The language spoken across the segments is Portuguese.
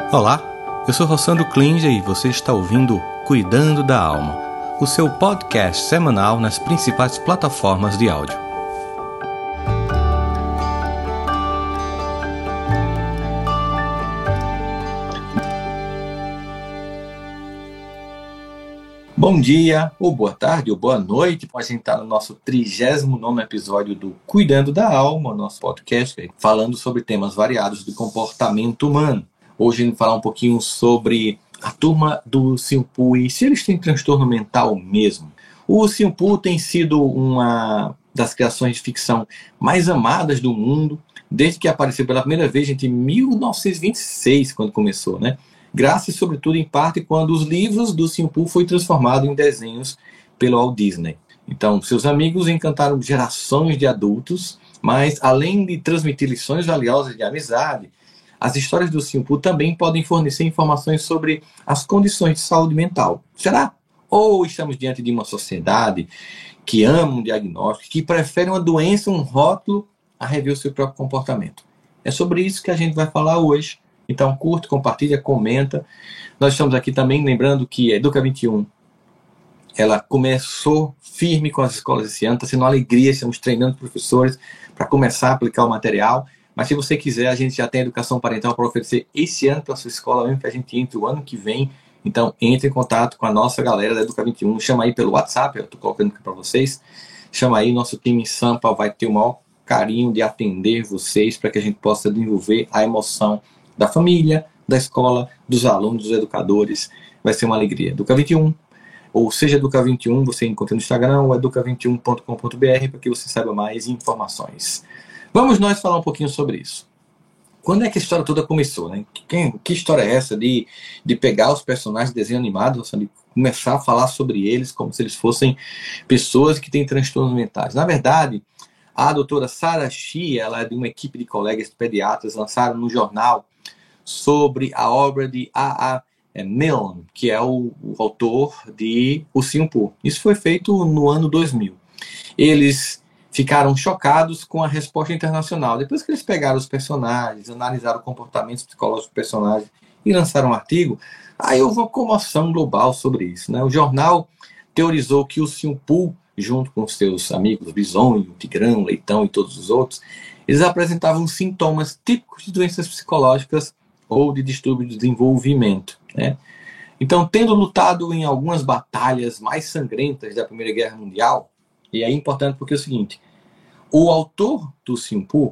Olá, eu sou Rossandro Klinger e você está ouvindo Cuidando da Alma, o seu podcast semanal nas principais plataformas de áudio. Bom dia, ou boa tarde, ou boa noite. A gente está no nosso 39º episódio do Cuidando da Alma, nosso podcast, falando sobre temas variados do comportamento humano. Hoje a gente vai falar um pouquinho sobre a turma do Simpu e se eles têm transtorno mental mesmo. O Simpu tem sido uma das criações de ficção mais amadas do mundo, desde que apareceu pela primeira vez em 1926, quando começou, né? Graças, sobretudo, em parte, quando os livros do Simpu foram transformados em desenhos pelo Walt Disney. Então, seus amigos encantaram gerações de adultos, mas, além de transmitir lições valiosas de amizade, as histórias do Simpu também podem fornecer informações sobre as condições de saúde mental. Será? Ou estamos diante de uma sociedade que ama um diagnóstico, que prefere uma doença, um rótulo, a rever o seu próprio comportamento? É sobre isso que a gente vai falar hoje. Então, curte, compartilha, comenta. Nós estamos aqui também lembrando que a Educa 21, ela começou firme com as escolas esse ano, está sendo uma alegria, estamos treinando professores para começar a aplicar o material. Mas se você quiser, a gente já tem educação parental para oferecer esse ano para a sua escola, mesmo que a gente entre o ano que vem. Então, entre em contato com a nossa galera da Educa 21. Chama aí pelo WhatsApp, eu estou colocando aqui para vocês. Chama aí, nosso time em Sampa vai ter o maior carinho de atender vocês para que a gente possa desenvolver a emoção da família, da escola, dos alunos, dos educadores. Vai ser uma alegria. Educa 21, ou seja, Educa 21, você encontra no Instagram ou educa21.com.br para que você saiba mais informações. Vamos nós falar um pouquinho sobre isso. Quando é que a história toda começou, né? Que história é essa de pegar os personagens de desenho animado, de começar a falar sobre eles como se eles fossem pessoas que têm transtornos mentais? Na verdade, a doutora Sarah Shih, ela é de uma equipe de colegas pediatras, lançaram no jornal sobre a obra de A.A. Milne, que é o autor de O Simpu. Isso foi feito no ano 2000. Eles ficaram chocados com a resposta internacional. Depois que eles pegaram os personagens, analisaram o comportamento psicológico dos personagens e lançaram um artigo, aí houve uma comoção global sobre isso, né? O jornal teorizou que o Simpu, junto com seus amigos Bisonho, Tigrão, Leitão e todos os outros, eles apresentavam sintomas típicos de doenças psicológicas ou de distúrbio de desenvolvimento, né? Então, tendo lutado em algumas batalhas mais sangrentas da Primeira Guerra Mundial, e é importante porque é o seguinte, o autor do Simpu,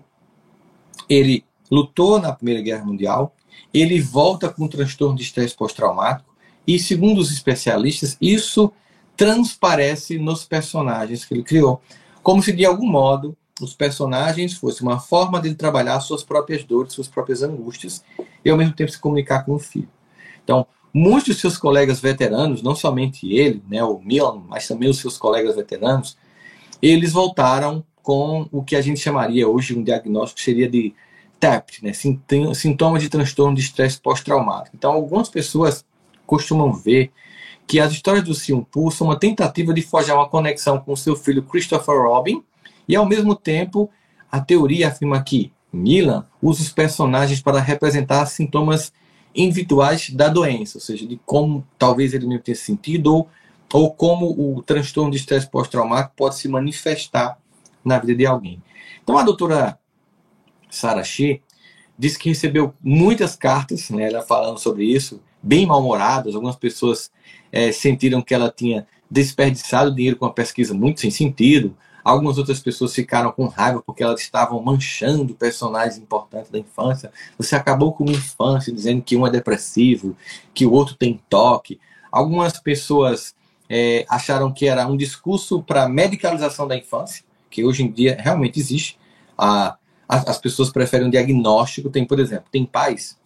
ele lutou na Primeira Guerra Mundial, ele volta com um transtorno de estresse pós-traumático, e segundo os especialistas, isso transparece nos personagens que ele criou, como se de algum modo os personagens fossem uma forma de ele trabalhar suas próprias dores, suas próprias angústias, e ao mesmo tempo se comunicar com o filho. Então, muitos de seus colegas veteranos, não somente ele, né, o Milne, mas também os seus colegas veteranos, eles voltaram com o que a gente chamaria hoje um diagnóstico que seria de TEPT, né, sintomas de transtorno de estresse pós-traumático. Então, algumas pessoas costumam ver que as histórias do Simpu são uma tentativa de forjar uma conexão com seu filho Christopher Robin, e ao mesmo tempo a teoria afirma que Milne usa os personagens para representar sintomas individuais da doença, ou seja, de como talvez ele mesmo tenha sentido ou como o transtorno de estresse pós-traumático pode se manifestar na vida de alguém. Então a doutora Sarah Shih disse que recebeu muitas cartas, né, ela falando sobre isso, bem mal-humoradas. Algumas pessoas sentiram que ela tinha desperdiçado dinheiro com uma pesquisa muito sem sentido. Algumas outras pessoas ficaram com raiva porque elas estavam manchando personagens importantes da infância. Você acabou com uma infância dizendo que um é depressivo, que o outro tem toque. Algumas pessoas acharam que era um discurso para medicalização da infância, que hoje em dia realmente existe. As pessoas preferem um diagnóstico. Por exemplo, tem pais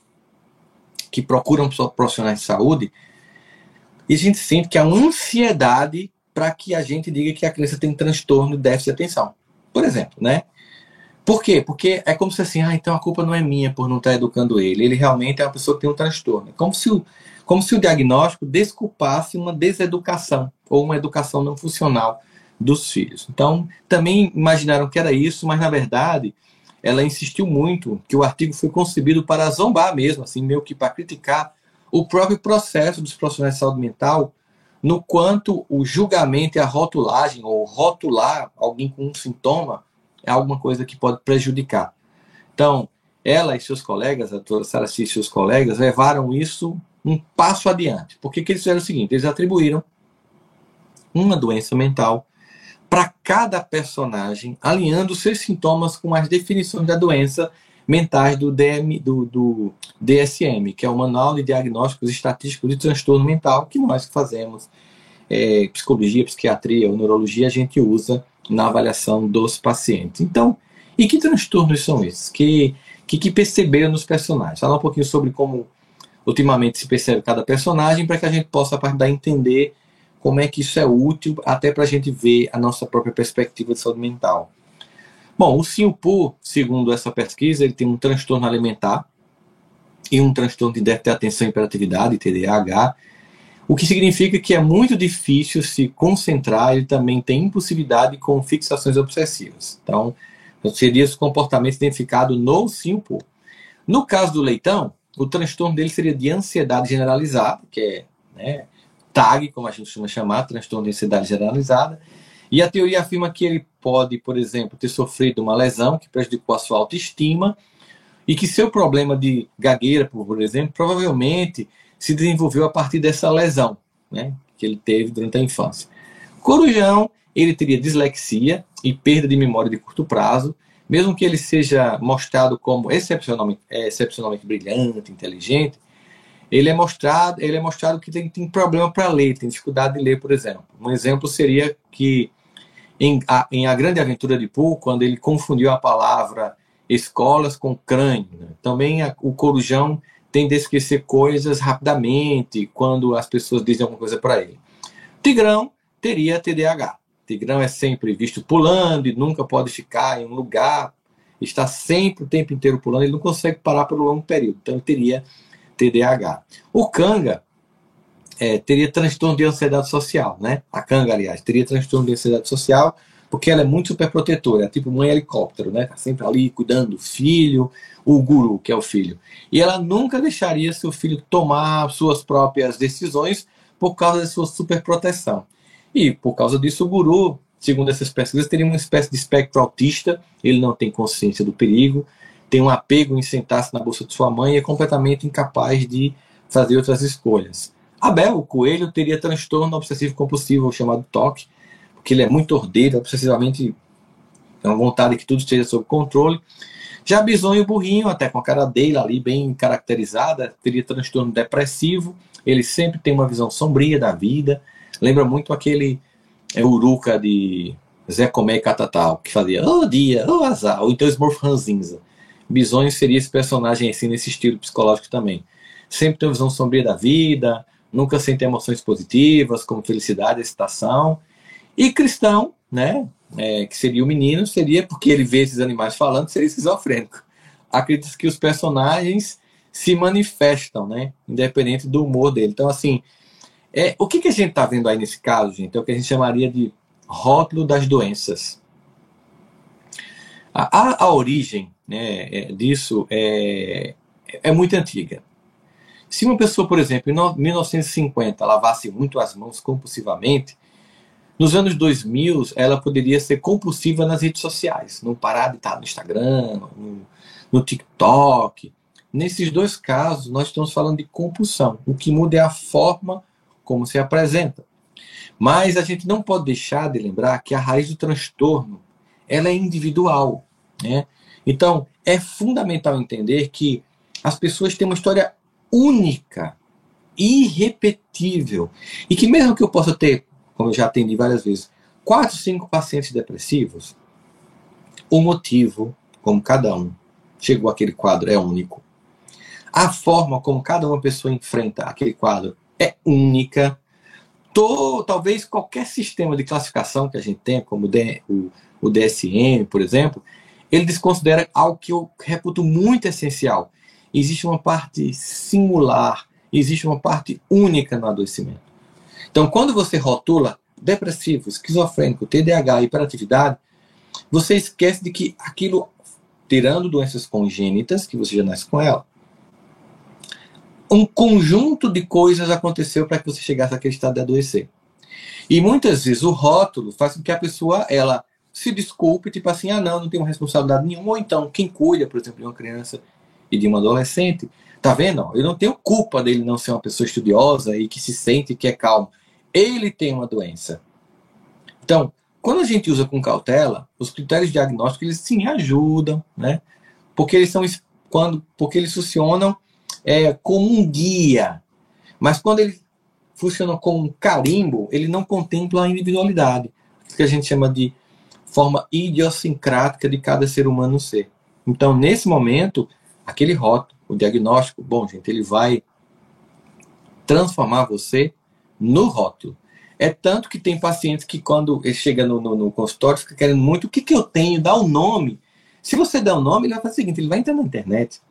que procuram profissionais de saúde e a gente sente que há uma ansiedade para que a gente diga que a criança tem transtorno de déficit de atenção. Por exemplo, né? Por quê? Porque é como se assim, então a culpa não é minha por não estar educando ele. Ele realmente é uma pessoa que tem um transtorno. É como se o diagnóstico desculpasse uma deseducação ou uma educação não funcional dos filhos. Então, também imaginaram que era isso, mas na verdade ela insistiu muito que o artigo foi concebido para zombar mesmo, assim, meio que para criticar o próprio processo dos profissionais de saúde mental, no quanto o julgamento e a rotulagem, ou rotular alguém com um sintoma, é alguma coisa que pode prejudicar. Então, ela e seus colegas, a doutora Sarah e seus colegas, levaram isso um passo adiante. Porque que eles fizeram o seguinte, eles atribuíram uma doença mental para cada personagem, alinhando seus sintomas com as definições da doença mentais do DSM, que é o Manual de Diagnósticos Estatísticos de Transtorno Mental, que nós que fazemos, psicologia, psiquiatria ou neurologia, a gente usa na avaliação dos pacientes. Então, e que transtornos são esses? Que perceberam nos personagens? Falar um pouquinho sobre como ultimamente se percebe cada personagem, para que a gente possa, a partir daí, entender como é que isso é útil, até para a gente ver a nossa própria perspectiva de saúde mental. Bom, o Sinhu-Poo, segundo essa pesquisa, ele tem um transtorno alimentar e um transtorno de déficit de atenção e hiperatividade, TDAH, o que significa que é muito difícil se concentrar. Ele também tem impulsividade com fixações obsessivas. Então, seria esse comportamento identificado no Sinhu-Poo. No caso do Leitão, o transtorno dele seria de ansiedade generalizada, que é TAG, como a gente costuma chamar, transtorno de ansiedade generalizada, e a teoria afirma que ele pode, por exemplo, ter sofrido uma lesão que prejudicou a sua autoestima e que seu problema de gagueira, por exemplo, provavelmente se desenvolveu a partir dessa lesão, né, que ele teve durante a infância. Corujão, ele teria dislexia e perda de memória de curto prazo, mesmo que ele seja mostrado como excepcionalmente brilhante, inteligente, ele é mostrado que tem problema para ler, tem dificuldade de ler, por exemplo. Um exemplo seria que em A Grande Aventura de Pooh, quando ele confundiu a palavra escolas com crânio, né? Também o Corujão tende a esquecer coisas rapidamente quando as pessoas dizem alguma coisa para ele. Tigrão teria TDAH. Tigrão é sempre visto pulando e nunca pode ficar em um lugar, está sempre o tempo inteiro pulando, ele não consegue parar por um longo período, então ele teria TDAH. O Canga teria transtorno de ansiedade social, né? A Canga, aliás, teria transtorno de ansiedade social porque ela é muito superprotetora, é tipo mãe helicóptero, né? Tá sempre ali cuidando do filho, o guru, que é o filho. E ela nunca deixaria seu filho tomar suas próprias decisões por causa da sua superproteção. E, por causa disso, o guru, segundo essas pesquisas, teria uma espécie de espectro autista, ele não tem consciência do perigo, tem um apego em sentar-se na bolsa de sua mãe e é completamente incapaz de fazer outras escolhas. Abel, o coelho, teria transtorno obsessivo-compulsivo, chamado TOC, porque ele é muito ordeiro, obsessivamente tem uma vontade que tudo esteja sob controle. Já Bisonho, o burrinho, até com a cara dele ali bem caracterizada, teria transtorno depressivo, ele sempre tem uma visão sombria da vida, lembra muito aquele Uruca de Zé Comé e Catatal, que fazia "oh dia, oh azar", ou então Smurf Ranzinza. Bisonho seria esse personagem assim, nesse estilo psicológico também. Sempre tem uma visão sombria da vida, nunca sente emoções positivas, como felicidade, excitação. E Cristão, né, que seria o menino, seria, porque ele vê esses animais falando, seria esquizofrênico. Acredita que os personagens se manifestam, né, independente do humor dele. Então, assim, o que a gente está vendo aí nesse caso, gente, é o que a gente chamaria de rótulo das doenças. A origem, né, disso é muito antiga. Se uma pessoa, por exemplo, em 1950 lavasse muito as mãos compulsivamente, nos anos 2000 ela poderia ser compulsiva nas redes sociais, não parar de estar no Instagram, no TikTok. Nesses dois casos, nós estamos falando de compulsão. O que muda é a forma como se apresenta. Mas a gente não pode deixar de lembrar que a raiz do transtorno ela é individual, né? Então, é fundamental entender que as pessoas têm uma história única, irrepetível, e que mesmo que eu possa ter, como eu já atendi várias vezes, 4, 5 pacientes depressivos, o motivo, como cada um chegou àquele quadro, é único. A forma como cada uma pessoa enfrenta aquele quadro é única. Talvez qualquer sistema de classificação que a gente tenha, como o DSM, por exemplo, ele desconsidera algo que eu reputo muito essencial. Existe uma parte singular, existe uma parte única no adoecimento. Então, quando você rotula depressivo, esquizofrênico, TDAH, hiperatividade, você esquece de que aquilo tirando doenças congênitas, que você já nasce com ela, um conjunto de coisas aconteceu para que você chegasse àquele estado de adoecer. E muitas vezes o rótulo faz com que a pessoa ela se desculpe, tipo assim, não tenho responsabilidade nenhuma, ou então quem cuida, por exemplo, de uma criança e de uma adolescente, tá vendo? Eu não tenho culpa dele não ser uma pessoa estudiosa e que se sente que é calmo. Ele tem uma doença. Então, quando a gente usa com cautela, os critérios diagnósticos, eles sim ajudam, né? Porque eles funcionam como um guia. Mas quando ele funciona como um carimbo, ele não contempla a individualidade, que a gente chama de forma idiosincrática de cada ser humano ser. Então, nesse momento, aquele rótulo, o diagnóstico, bom, gente, ele vai transformar você no rótulo. É tanto que tem pacientes que quando ele chega no consultório, fica querendo muito, o que eu tenho? Dá o nome. Se você der o nome, ele vai fazer o seguinte, ele vai entrar na internet,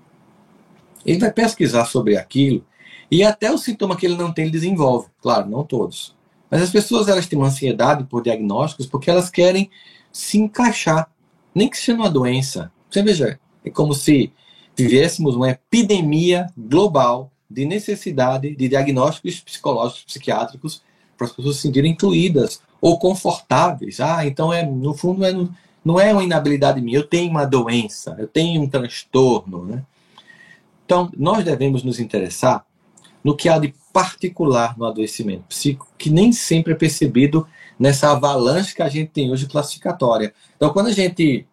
ele vai pesquisar sobre aquilo, e até o sintoma que ele não tem, ele desenvolve. Claro, não todos. Mas as pessoas, elas têm uma ansiedade por diagnósticos porque elas querem se encaixar. Nem que seja uma doença. Você veja, é como se vivêssemos uma epidemia global de necessidade de diagnósticos psicológicos, psiquiátricos, para as pessoas se sentirem incluídas ou confortáveis. Então, no fundo, não é uma inabilidade minha. Eu tenho uma doença, eu tenho um transtorno, né? Então, nós devemos nos interessar no que há de particular no adoecimento psíquico, que nem sempre é percebido nessa avalanche que a gente tem hoje classificatória. Então, quando a gente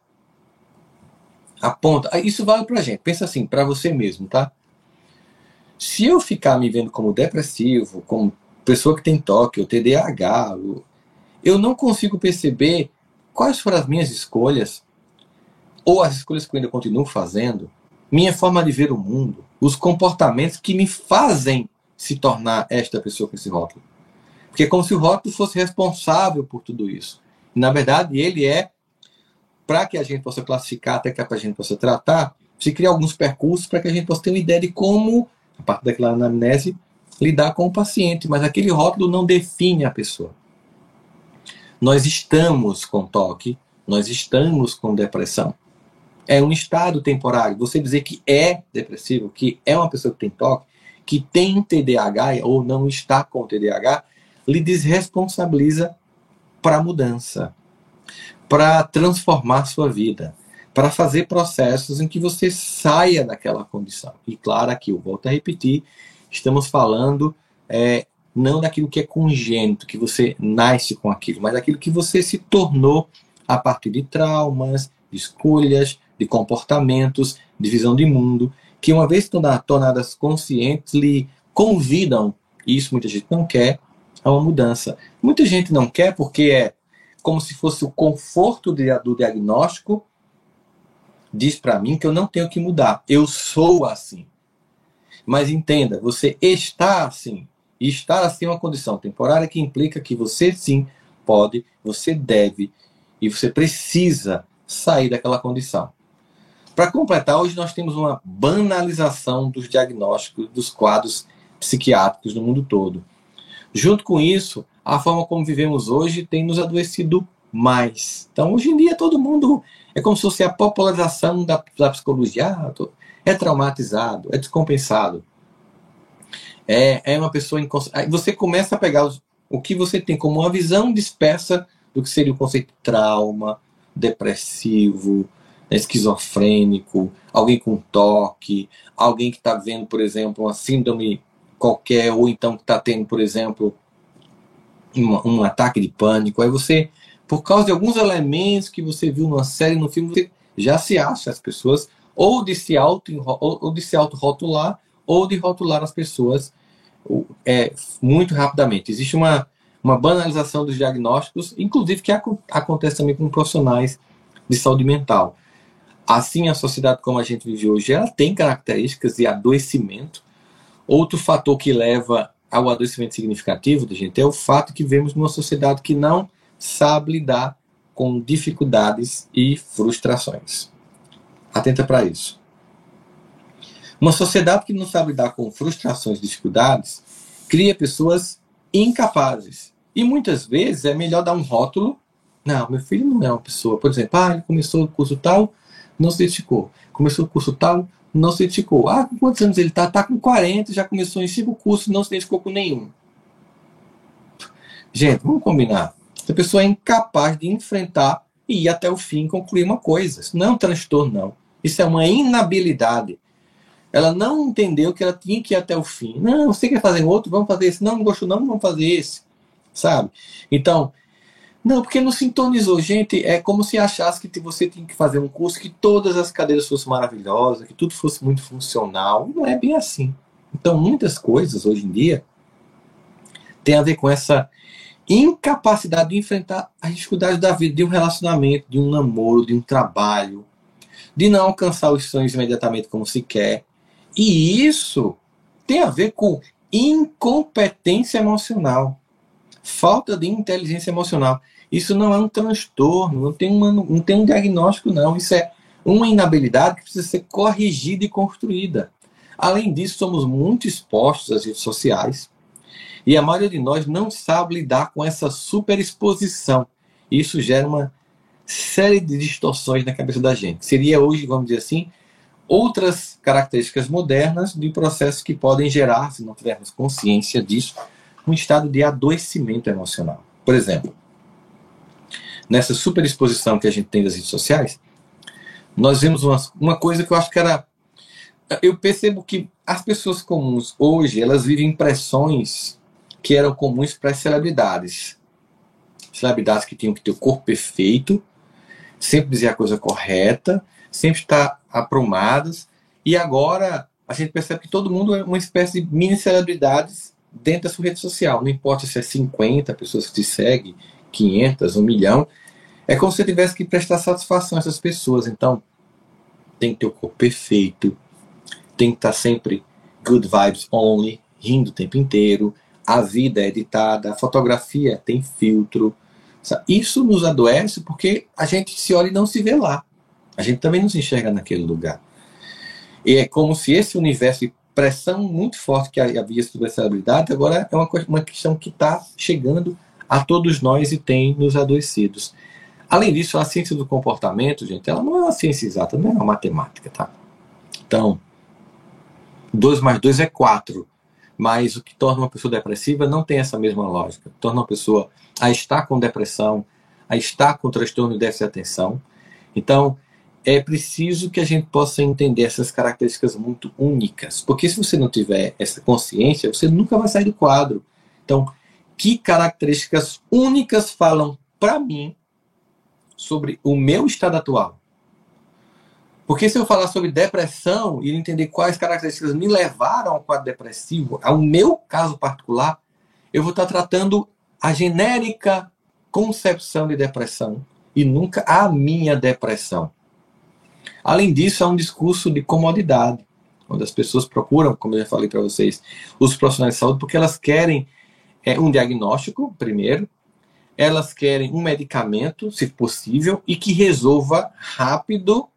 aponta, isso vale para a gente, pensa assim, para você mesmo, tá? Se eu ficar me vendo como depressivo, como pessoa que tem toque, ou TDAH, eu não consigo perceber quais foram as minhas escolhas, ou as escolhas que eu ainda continuo fazendo, minha forma de ver o mundo, os comportamentos que me fazem se tornar esta pessoa com esse rótulo. Porque é como se o rótulo fosse responsável por tudo isso. E, na verdade, ele para que a gente possa classificar, até que a gente possa tratar, se cria alguns percursos para que a gente possa ter uma ideia de como, a partir daquela anamnese, lidar com o paciente. Mas aquele rótulo não define a pessoa. Nós estamos com toque, nós estamos com depressão. É um estado temporário. Você dizer que é depressivo, que é uma pessoa que tem toque, que tem TDAH ou não está com TDAH, lhe desresponsabiliza para a mudança, para transformar sua vida, para fazer processos em que você saia daquela condição. E claro, aqui eu volto a repetir, estamos falando não daquilo que é congênito, que você nasce com aquilo, mas daquilo que você se tornou a partir de traumas, de escolhas, de comportamentos, de visão de mundo, que uma vez tornadas conscientes, lhe convidam, e isso muita gente não quer, a uma mudança. Muita gente não quer porque é como se fosse o conforto do diagnóstico, diz para mim que eu não tenho que mudar, eu sou assim. Mas entenda, você está assim, e estar assim é uma condição temporária que implica que você sim pode, você deve, e você precisa sair daquela condição. Para completar, hoje nós temos uma banalização dos diagnósticos dos quadros psiquiátricos no mundo todo. Junto com isso, a forma como vivemos hoje tem nos adoecido mais. Então, hoje em dia, todo mundo é como se fosse a popularização da psicologia. É traumatizado, é descompensado. É uma pessoa inconsciente. Aí você começa a pegar o que você tem como uma visão dispersa do que seria o conceito de trauma, depressivo, esquizofrênico, alguém com toque, alguém que está vendo, por exemplo, uma síndrome qualquer, ou então que está tendo, por exemplo, um ataque de pânico. Aí você, por causa de alguns elementos que você viu numa série, no filme, você já se acha as pessoas, ou de se auto-rotular, ou de rotular as pessoas muito rapidamente. Existe uma banalização dos diagnósticos, inclusive que acontece também com profissionais de saúde mental. Assim, a sociedade como a gente vive hoje, ela tem características de adoecimento. Outro fator que leva ao adoecimento significativo da gente é o fato que vivemos numa sociedade que não sabe lidar com dificuldades e frustrações. Atenta para isso. Uma sociedade que não sabe lidar com frustrações e dificuldades cria pessoas incapazes. E muitas vezes é melhor dar um rótulo. Não, meu filho não é uma pessoa. Por exemplo, ele começou o curso tal, não se identificou. Começou o curso tal, não se identificou. Ah, com quantos anos ele está? Está com 40, já começou em 5 cursos, não se identificou com nenhum. Gente, vamos combinar. Essa pessoa é incapaz de enfrentar e ir até o fim e concluir uma coisa. Isso não é um transtorno, não. Isso é uma inabilidade. Ela não entendeu que ela tinha que ir até o fim. Não, você quer fazer outro? Vamos fazer esse. Não, não gostou não, vamos fazer esse. Sabe? Então, não, porque não sintonizou. Gente, é como se achasse que você tinha que fazer um curso que todas as cadeiras fossem maravilhosas, que tudo fosse muito funcional. Não é bem assim. Então, muitas coisas, hoje em dia, tem a ver com essa incapacidade de enfrentar as dificuldades da vida, de um relacionamento, de um namoro, de um trabalho, de não alcançar os sonhos imediatamente como se quer. E isso tem a ver com incompetência emocional, falta de inteligência emocional. Isso não é um transtorno, não tem um diagnóstico, não. Isso é uma inabilidade que precisa ser corrigida e construída. Além disso, somos muito expostos às redes sociais e a maioria de nós não sabe lidar com essa superexposição. Isso gera uma série de distorções na cabeça da gente. Seria hoje, vamos dizer assim, outras características modernas de processos que podem gerar, se não tivermos consciência disso, um estado de adoecimento emocional. Por exemplo, nessa superexposição que a gente tem das redes sociais, nós vemos uma coisa que eu acho que era... Eu percebo que as pessoas comuns hoje, elas vivem impressões que eram comuns para as celebridades. Celebridades que tinham que ter o corpo perfeito, sempre dizer a coisa correta, sempre estar aprumadas, e agora a gente percebe que todo mundo é uma espécie de mini celebridades dentro da sua rede social. Não importa se é 50 pessoas que te seguem, 500, 1 milhão, é como se você tivesse que prestar satisfação a essas pessoas. Então, tem que ter o corpo perfeito, tem que estar sempre good vibes only, rindo o tempo inteiro, a vida é editada, a fotografia tem filtro. Isso nos adoece porque a gente se olha e não se vê lá. A gente também não se enxerga naquele lugar. E é como se esse universo de pressão muito forte que havia sobre a celebridade, agora é uma questão que está chegando a todos nós e tem nos adoecidos. Além disso, a ciência do comportamento, gente, ela não é uma ciência exata, não é uma matemática, tá? Então, 2 mais 2 é 4. Mas o que torna uma pessoa depressiva não tem essa mesma lógica. Torna uma pessoa a estar com depressão, a estar com transtorno de déficit de atenção. Então, é preciso que a gente possa entender essas características muito únicas. Porque se você não tiver essa consciência, você nunca vai sair do quadro. Então, que características únicas falam para mim sobre o meu estado atual? Porque se eu falar sobre depressão e entender quais características me levaram ao quadro depressivo, ao meu caso particular, eu vou estar tratando a genérica concepção de depressão e nunca a minha depressão. Além disso, há um discurso de comodidade, onde as pessoas procuram, como eu já falei para vocês, os profissionais de saúde, porque elas querem um diagnóstico, primeiro, elas querem um medicamento, se possível, e que resolva rápido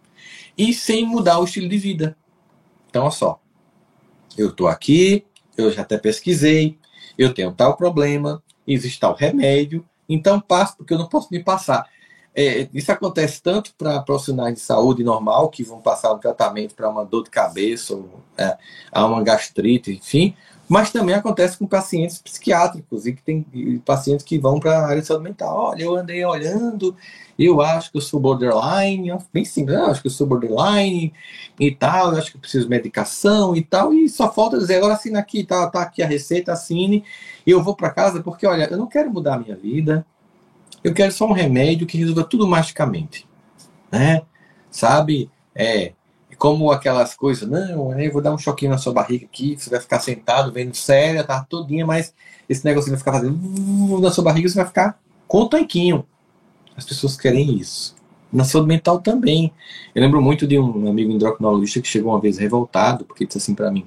e sem mudar o estilo de vida. Então, olha só. Eu estou aqui, eu já até pesquisei, eu tenho tal problema, existe tal remédio, então passo, porque eu não posso me passar. Isso acontece tanto para profissionais de saúde normal, que vão passar um tratamento para uma dor de cabeça, ou uma gastrite, enfim, mas também acontece com pacientes psiquiátricos e que tem pacientes que vão para a área de saúde mental. Olha, eu andei olhando, eu acho que eu sou borderline, bem simples, eu acho que eu sou borderline e tal, eu acho que eu preciso de medicação e tal, e só falta dizer, agora assina aqui, tá aqui a receita, assine, e eu vou para casa porque, olha, eu não quero mudar a minha vida, eu quero só um remédio que resolva tudo magicamente, né? Sabe? Como aquelas coisas, não, eu vou dar um choquinho na sua barriga aqui, você vai ficar sentado, vendo séria, tá todinha, mas esse negócio vai ficar fazendo na sua barriga, você vai ficar com o tanquinho. As pessoas querem isso. Na saúde mental também. Eu lembro muito de um amigo endocrinologista que chegou uma vez revoltado, porque disse assim para mim,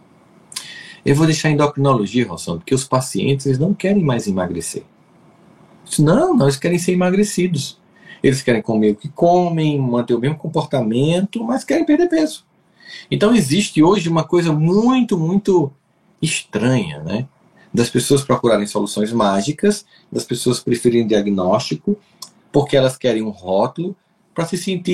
eu vou deixar a endocrinologia, Rosson, porque os pacientes eles não querem mais emagrecer. Disse, não, eles querem ser emagrecidos. Eles querem comer o que comem, manter o mesmo comportamento, mas querem perder peso. Então existe hoje uma coisa muito, muito estranha, né? Das pessoas procurarem soluções mágicas, das pessoas preferirem diagnóstico, porque elas querem um rótulo para se sentir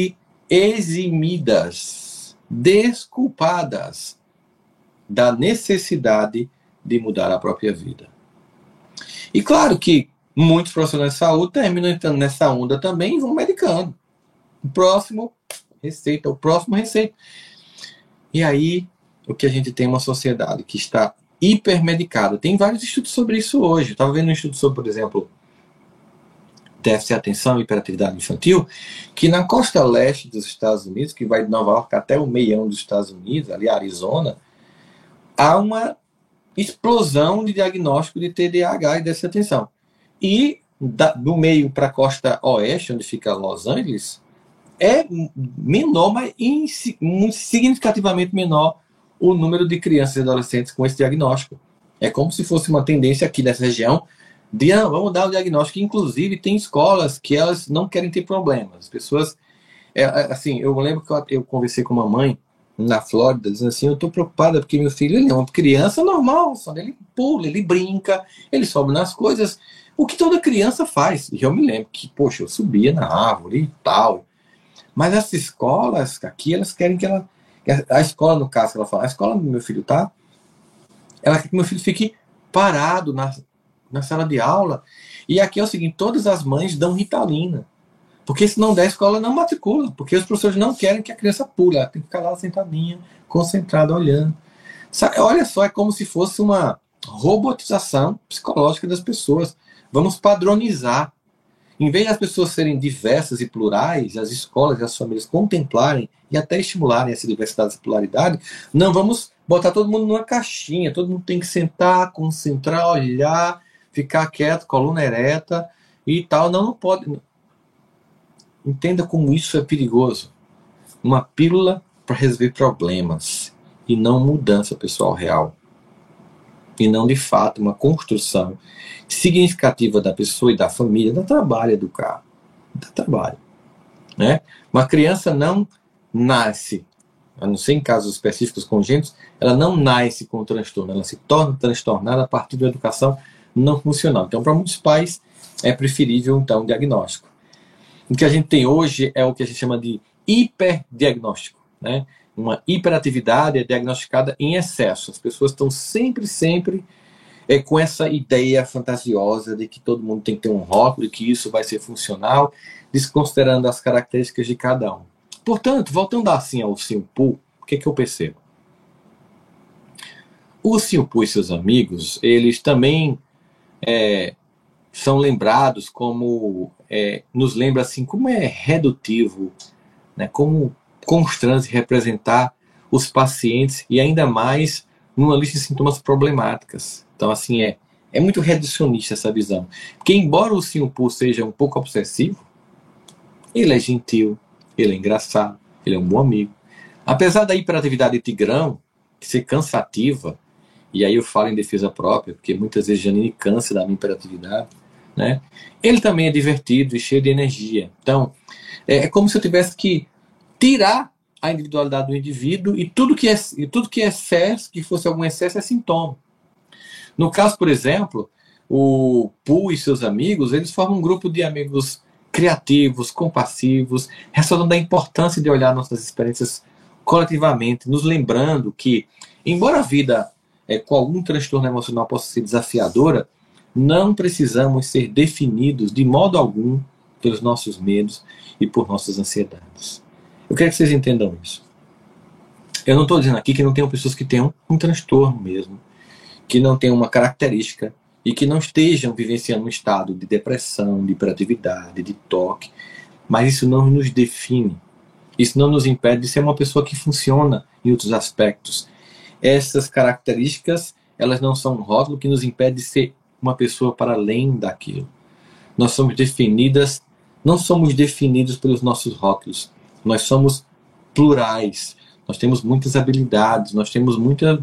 eximidas, desculpadas da necessidade de mudar a própria vida. E claro que muitos profissionais de saúde terminam entrando nessa onda também e vão medicando. O próximo receita, o próximo receita. E aí, o que a gente tem é uma sociedade que está hipermedicada. Tem vários estudos sobre isso hoje. Estava vendo um estudo sobre, por exemplo, déficit de atenção e hiperatividade infantil, que na costa leste dos Estados Unidos, que vai de Nova York até o meião dos Estados Unidos, ali Arizona, há uma explosão de diagnóstico de TDAH e déficit de atenção. E do meio para a costa oeste, onde fica Los Angeles, é menor, mas significativamente menor o número de crianças e adolescentes com esse diagnóstico. É como se fosse uma tendência aqui nessa região de vamos dar o diagnóstico. Inclusive, tem escolas que elas não querem ter problemas. As pessoas... assim, eu lembro que eu conversei com uma mãe na Flórida, dizendo assim, eu estou preocupada porque meu filho ele é uma criança normal, só ele pula, ele brinca, ele sobe nas coisas, o que toda criança faz. E eu me lembro que, poxa, eu subia na árvore e tal. Mas as escolas aqui, elas querem que ela... A escola, no caso, que ela fala, a escola do meu filho tá, ela quer que meu filho fique parado na sala de aula. E aqui é o seguinte, todas as mães dão Ritalina. Porque se não der, a escola não matricula. Porque os professores não querem que a criança pule. Ela tem que ficar lá sentadinha, concentrada, olhando. Sabe, olha só, é como se fosse uma robotização psicológica das pessoas. Vamos padronizar. Em vez das pessoas serem diversas e plurais, as escolas e as famílias contemplarem e até estimularem essa diversidade e pluralidade, não vamos botar todo mundo numa caixinha. Todo mundo tem que sentar, concentrar, olhar, ficar quieto, coluna ereta e tal. Não pode... Entenda como isso é perigoso. Uma pílula para resolver problemas e não mudança pessoal real. E não, de fato, uma construção significativa da pessoa e da família, dá trabalho educar. Dá trabalho. Né? Uma criança não nasce, a não ser em casos específicos congênitos, ela não nasce com transtorno, ela se torna transtornada a partir da educação não funcional. Então, para muitos pais, é preferível, então, o diagnóstico. O que a gente tem hoje é o que a gente chama de hiperdiagnóstico. Né? Uma hiperatividade é diagnosticada em excesso. As pessoas estão sempre com essa ideia fantasiosa de que todo mundo tem que ter um rótulo e que isso vai ser funcional, desconsiderando as características de cada um. Portanto, voltando assim ao Ursinho Pooh, o que eu percebo? O Ursinho Pooh e seus amigos, eles também são lembrados como... nos lembra assim como é redutivo, né, como constrange representar os pacientes e ainda mais numa lista de sintomas problemáticas. Então, assim, é muito reducionista essa visão. Porque, embora o Ursinho Pooh seja um pouco obsessivo, ele é gentil, ele é engraçado, ele é um bom amigo. Apesar da hiperatividade de Tigrão ser cansativa, e aí eu falo em defesa própria, porque muitas vezes Janine cansa da minha hiperatividade, né? Ele também é divertido e cheio de energia. Então, é como se eu tivesse que tirar a individualidade do indivíduo e tudo que é excesso, que fosse algum excesso, é sintoma. No caso, por exemplo, o Pooh e seus amigos, eles formam um grupo de amigos criativos, compassivos, ressaltando a importância de olhar nossas experiências coletivamente, nos lembrando que, embora a vida com algum transtorno emocional possa ser desafiadora, não precisamos ser definidos de modo algum pelos nossos medos e por nossas ansiedades. Eu quero que vocês entendam isso. Eu não estou dizendo aqui que não tenham pessoas que tenham um transtorno mesmo, que não tenham uma característica e que não estejam vivenciando um estado de depressão, de hiperatividade, de toque, mas isso não nos define. Isso não nos impede de ser uma pessoa que funciona em outros aspectos. Essas características, elas não são um rótulo que nos impede de ser uma pessoa para além daquilo. Nós somos definidas, não somos definidos pelos nossos rótulos. Nós somos plurais. Nós temos muitas habilidades, nós temos muita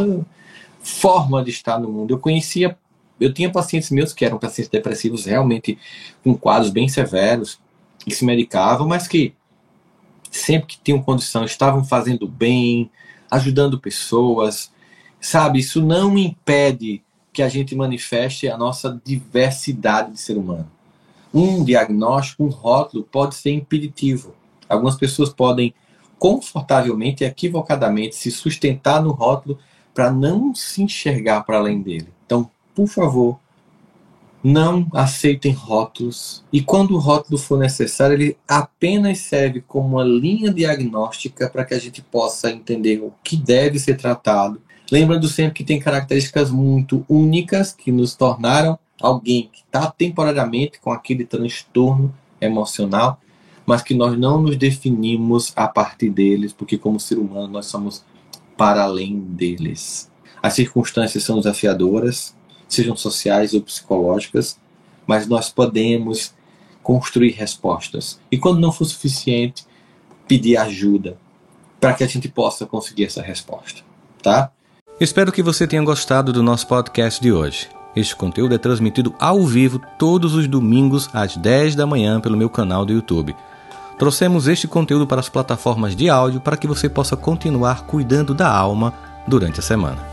forma de estar no mundo. Eu tinha pacientes meus que eram pacientes depressivos realmente com quadros bem severos, que se medicavam, mas que sempre que tinham condição estavam fazendo bem, ajudando pessoas, sabe? Isso não impede que a gente manifeste a nossa diversidade de ser humano. Um diagnóstico, um rótulo pode ser impeditivo, Algumas pessoas podem confortavelmente e equivocadamente se sustentar no rótulo para não se enxergar para além dele. Então, por favor, não aceitem rótulos, e quando o rótulo for necessário, ele apenas serve como uma linha diagnóstica para que a gente possa entender o que deve ser tratado. Lembrando sempre que tem características muito únicas que nos tornaram alguém que está temporariamente com aquele transtorno emocional, mas que nós não nos definimos a partir deles, porque como ser humano nós somos para além deles. As circunstâncias são desafiadoras, sejam sociais ou psicológicas, mas nós podemos construir respostas. E quando não for suficiente, pedir ajuda para que a gente possa conseguir essa resposta, tá? Espero que você tenha gostado do nosso podcast de hoje. Este conteúdo é transmitido ao vivo todos os domingos às 10 da manhã pelo meu canal do YouTube. Trouxemos este conteúdo para as plataformas de áudio para que você possa continuar cuidando da alma durante a semana.